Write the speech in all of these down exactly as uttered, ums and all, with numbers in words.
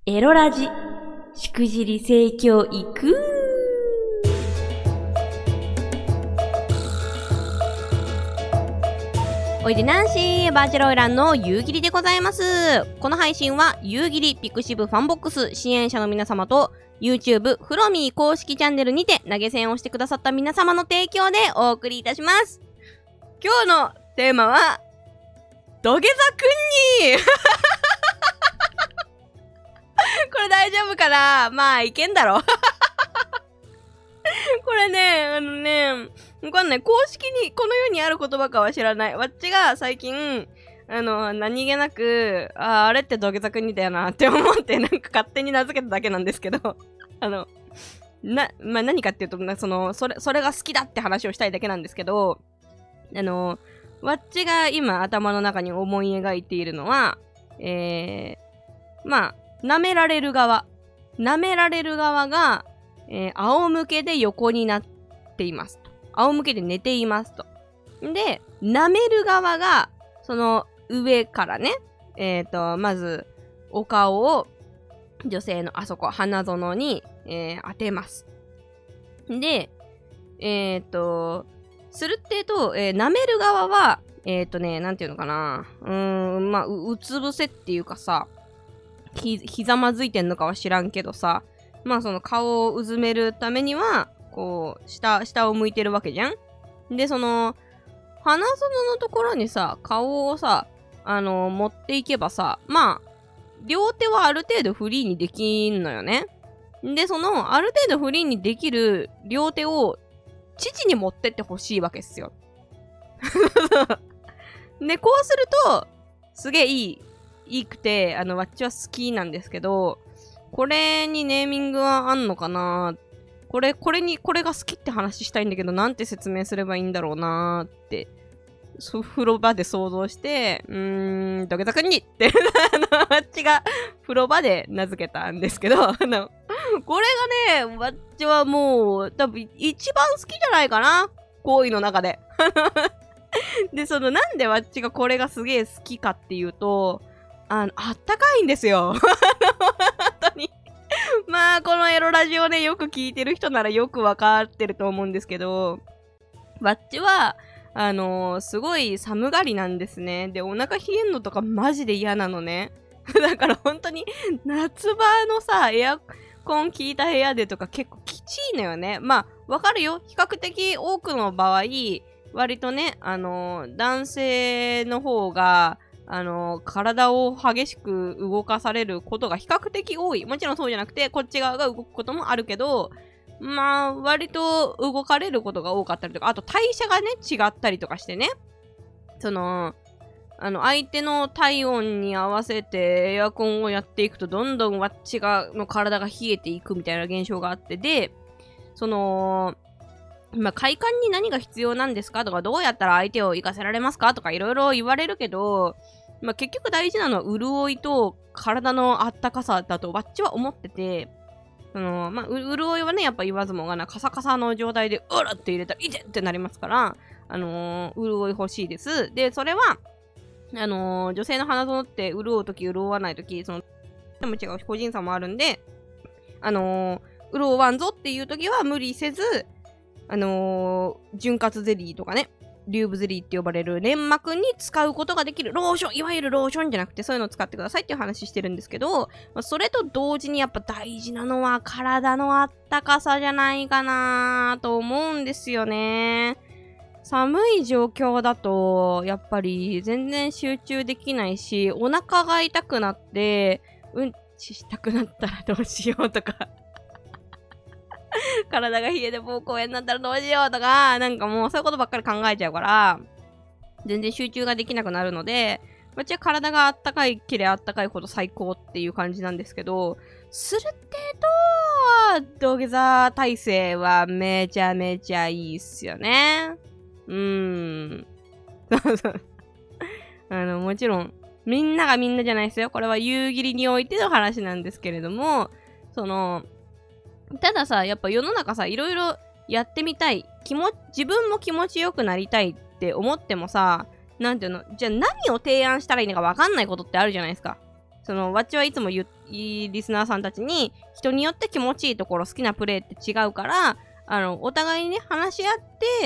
エロラジ、しくじり性教育。おいでナンシー、バーチャルオイランの夕霧でございます。この配信は夕霧ピクシブファンボックス支援者の皆様と YouTube フロミー公式チャンネルにて投げ銭をしてくださった皆様の提供でお送りいたします。今日のテーマは土下座くんにこれ大丈夫かな？まあいけんだろこれね、あのね、わかんない。公式にこの世にある言葉かは知らない。わっちが最近、あの、何気なく、あ, あれって土下座くんにだよなって思って、なんか勝手に名付けただけなんですけど、あの、な、まあ、何かっていうと、なその、それ、それが好きだって話をしたいだけなんですけど、あの、わっちが今頭の中に思い描いているのは、えー、まあ、舐められる側。舐められる側が、えー、仰向けで横になっていますと。仰向けで寝ていますと。で、舐める側が、その上からね、えっと、まず、お顔を女性のあそこ、花園に、えー、当てます。で、えっと、するってと、えー、舐める側は、えっとね、なんていうのかな。うーん、まあ、う、うつ伏せっていうかさ、ひ、ひざまずいてんのかは知らんけどさ、まあその顔をうずめるためには、こう、下、下を向いてるわけじゃん？で、その、花園のところにさ、顔をさ、あの、持っていけばさ、まあ、両手はある程度フリーにできんのよね。で、その、ある程度フリーにできる両手を、父に持ってってほしいわけっすよ。で、こうすると、すげえいい。いいくて、あの、わっちは好きなんですけど、これにネーミングはあんのかな？これ、これに、これが好きって話したいんだけど、なんて説明すればいいんだろうなーって、そう風呂場で想像して、うーん、土下座くんにって、あの、わっちが風呂場で名付けたんですけど、あの、これがね、わっちはもう、多分一番好きじゃないかな？行為の中で。で、その、なんでわっちがこれがすげえ好きかっていうと、あの、あったかいんですよ。本当に。まあ、このエロラジオね、よく聞いてる人ならよくわかってると思うんですけど、わっちは、あのー、すごい寒がりなんですね。で、お腹冷えんのとかマジで嫌なのね。だから本当に、夏場のさ、エアコン効いた部屋でとか結構きちいのよね。まあ、わかるよ。比較的多くの場合、割とね、あのー、男性の方が、あのー、体を激しく動かされることが比較的多い。もちろんそうじゃなくて、こっち側が動くこともあるけど、まあ、割と動かれることが多かったりとか、あと代謝がね、違ったりとかしてね。その、あの、相手の体温に合わせてエアコンをやっていくと、どんどんわっちが、の体が冷えていくみたいな現象があって、で、その、まあ、快感に何が必要なんですかとか、どうやったら相手を生かせられますかとかいろいろ言われるけど、まあ、結局大事なのは潤いと体のあったかさだとわっちは思ってて、その、まあ、潤いはね、やっぱ言わずもがな、カサカサの状態で、うらって入れたら、いてってなりますから、あのー、潤い欲しいです。で、それは、あのー、女性の花園って潤うとき、潤わないとき、その、でも違う個人差もあるんで、あのー、潤わんぞっていうときは無理せず、あのー、潤滑ゼリーとかね、リューブゼリーって呼ばれる粘膜に使うことができるローション、いわゆるローションじゃなくてそういうのを使ってくださいっていう話してるんですけど、まあ、それと同時にやっぱ大事なのは体のあったかさじゃないかなと思うんですよね。寒い状況だとやっぱり全然集中できないし、お腹が痛くなってうんちしたくなったらどうしようとか体が冷えて膀胱炎になったらどうしようとか、なんかもうそういうことばっかり考えちゃうから、全然集中ができなくなるので、私は体があったかいければあったかいほど最高っていう感じなんですけど、するってと、土下座体勢はめちゃめちゃいいっすよね。うーん。そうそう。あの、もちろん、みんながみんなじゃないですよ。これは夕霧においての話なんですけれども、その、たださ、やっぱ世の中さ、いろいろやってみたい。気も、自分も気持ちよくなりたいって思ってもさ、なんていうの、じゃあ何を提案したらいいのかわかんないことってあるじゃないですか。その、わっちはいつも言リスナーさんたちに、人によって気持ちいいところ、好きなプレイって違うから、あの、お互いにね、話し合って、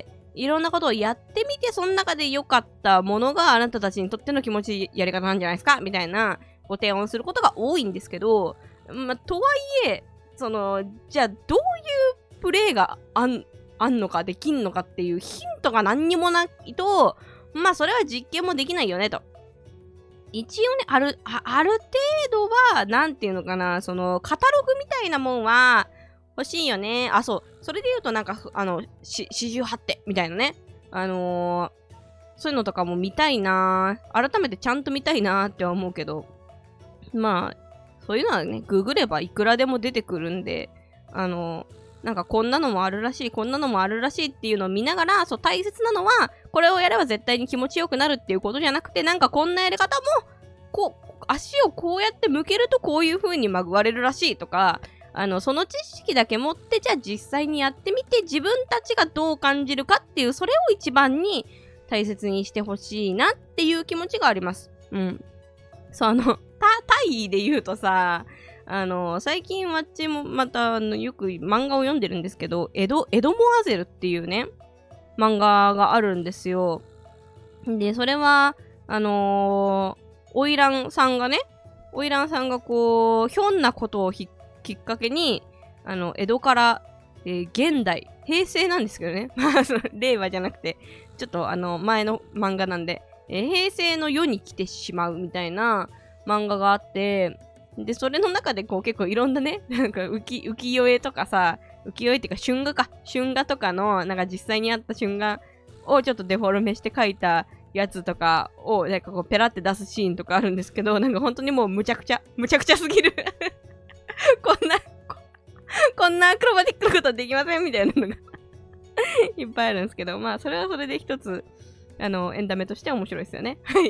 いろんなことをやってみて、その中で良かったものがあなたたちにとっての気持ちいいやり方なんじゃないですかみたいなご提案をすることが多いんですけど、まあ、とはいえ、その、じゃあどういうプレイがあん、あんのかできんのかっていうヒントが何にもないと、まあそれは実験もできないよねと。一応ね、ある、あ、ある程度は、なんていうのかな、その、カタログみたいなもんは、欲しいよね。あ、そう。それで言うと、なんか、あの、し、四十八手みたいなね。あのー、そういうのとかも見たいな。改めてちゃんと見たいなっては思うけど。まあ、そういうのはね、ググればいくらでも出てくるんで、あのー、なんかこんなのもあるらしい、こんなのもあるらしいっていうのを見ながら、そう、大切なのは、これをやれば絶対に気持ちよくなるっていうことじゃなくて、なんかこんなやり方も、こう、足をこうやって向けるとこういう風にまぐわれるらしいとか、あの、その知識だけ持って、じゃあ実際にやってみて、自分たちがどう感じるかっていう、それを一番に大切にしてほしいなっていう気持ちがあります。うん。そう、あの、た、タイで言うとさ、あの、最近わっちもまた、あの、よく漫画を読んでるんですけど、エド、エドモアゼルっていうね、漫画があるんですよ。で、それは、あのー、オイランさんがね、オイランさんがこう、ひょんなことをきっかけに、あの、江戸から、えー、現代、平成なんですけどね。まあ、令和じゃなくて、ちょっとあの、前の漫画なんで、えー、平成の世に来てしまうみたいな漫画があって、で、それの中でこう結構いろんなね、なんか浮き、浮世絵とかさ、浮世絵っていうか春画か。春画とかの、なんか実際にあった春画をちょっとデフォルメして描いたやつとかを、なんかこうペラって出すシーンとかあるんですけど、なんか本当にもうむちゃくちゃ、むちゃくちゃすぎる。こんな、こ、こんなアクロバティックなことできませんみたいなのがいっぱいあるんですけど、まあそれはそれで一つ、あの、エンタメとして面白いですよね。はい。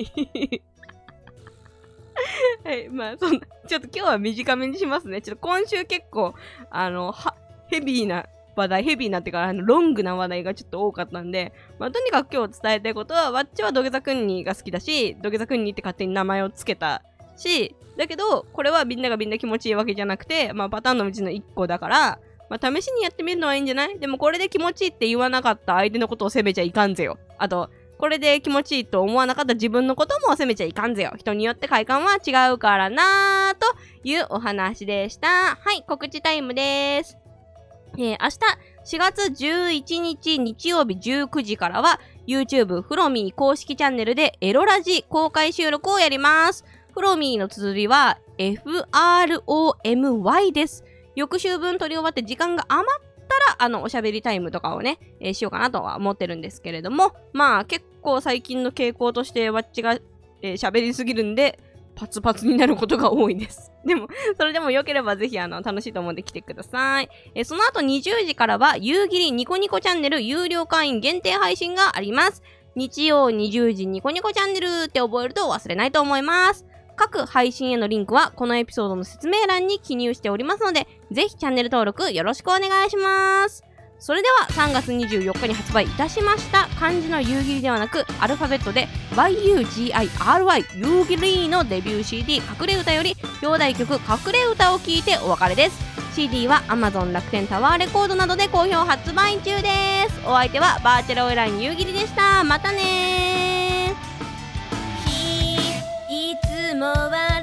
はい、まあそんな、ちょっと今日は短めにしますね。ちょっと今週結構、あの、は、ヘビーな話題、ヘビーなっていうか、あの、ロングな話題がちょっと多かったんで、まあとにかく今日伝えたいことは、わっちは土下座くんにが好きだし、土下座くんにって勝手に名前をつけたし、だけど、これはみんながみんな気持ちいいわけじゃなくて、まあパターンのうちのいっこだから、まあ試しにやってみるのはいいんじゃない？でもこれで気持ちいいって言わなかった相手のことを責めちゃいかんぜよ。あと、これで気持ちいいと思わなかった自分のことも責めちゃいかんぜよ。人によって快感は違うからなーというお話でした。はい、告知タイムです。えー、明日しがつじゅういちにち日曜日じゅうくじからは YouTube フロミー公式チャンネルでエロラジ公開収録をやります。フロミーの綴りは エフアールオーエムワイ です。翌週分撮り終わって時間が余ったら、あの、おしゃべりタイムとかをね、えー、しようかなとは思ってるんですけれども、まあ、結構最近の傾向として、わっちが、えー、喋りすぎるんで、パツパツになることが多いです。でも、それでも良ければぜひ、あの、楽しいと思うんで来てください。えー、その後にじゅうじからは、夕霧ニコニコチャンネル有料会員限定配信があります。日曜にじゅうじニコニコチャンネルって覚えると忘れないと思います。各配信へのリンクはこのエピソードの説明欄に記入しておりますので、ぜひチャンネル登録よろしくお願いします。それではさんがつにじゅうよっかに発売いたしました漢字の夕霧ではなくアルファベットで ワイユージーアイアールワイ 夕霧のデビュー シーディー 隠れ歌より表題曲隠れ歌を聴いてお別れです。 シーディー は Amazon 楽天タワーレコードなどで好評発売中です。お相手はバーチャルオイライン夕霧でした。またねー。いつもは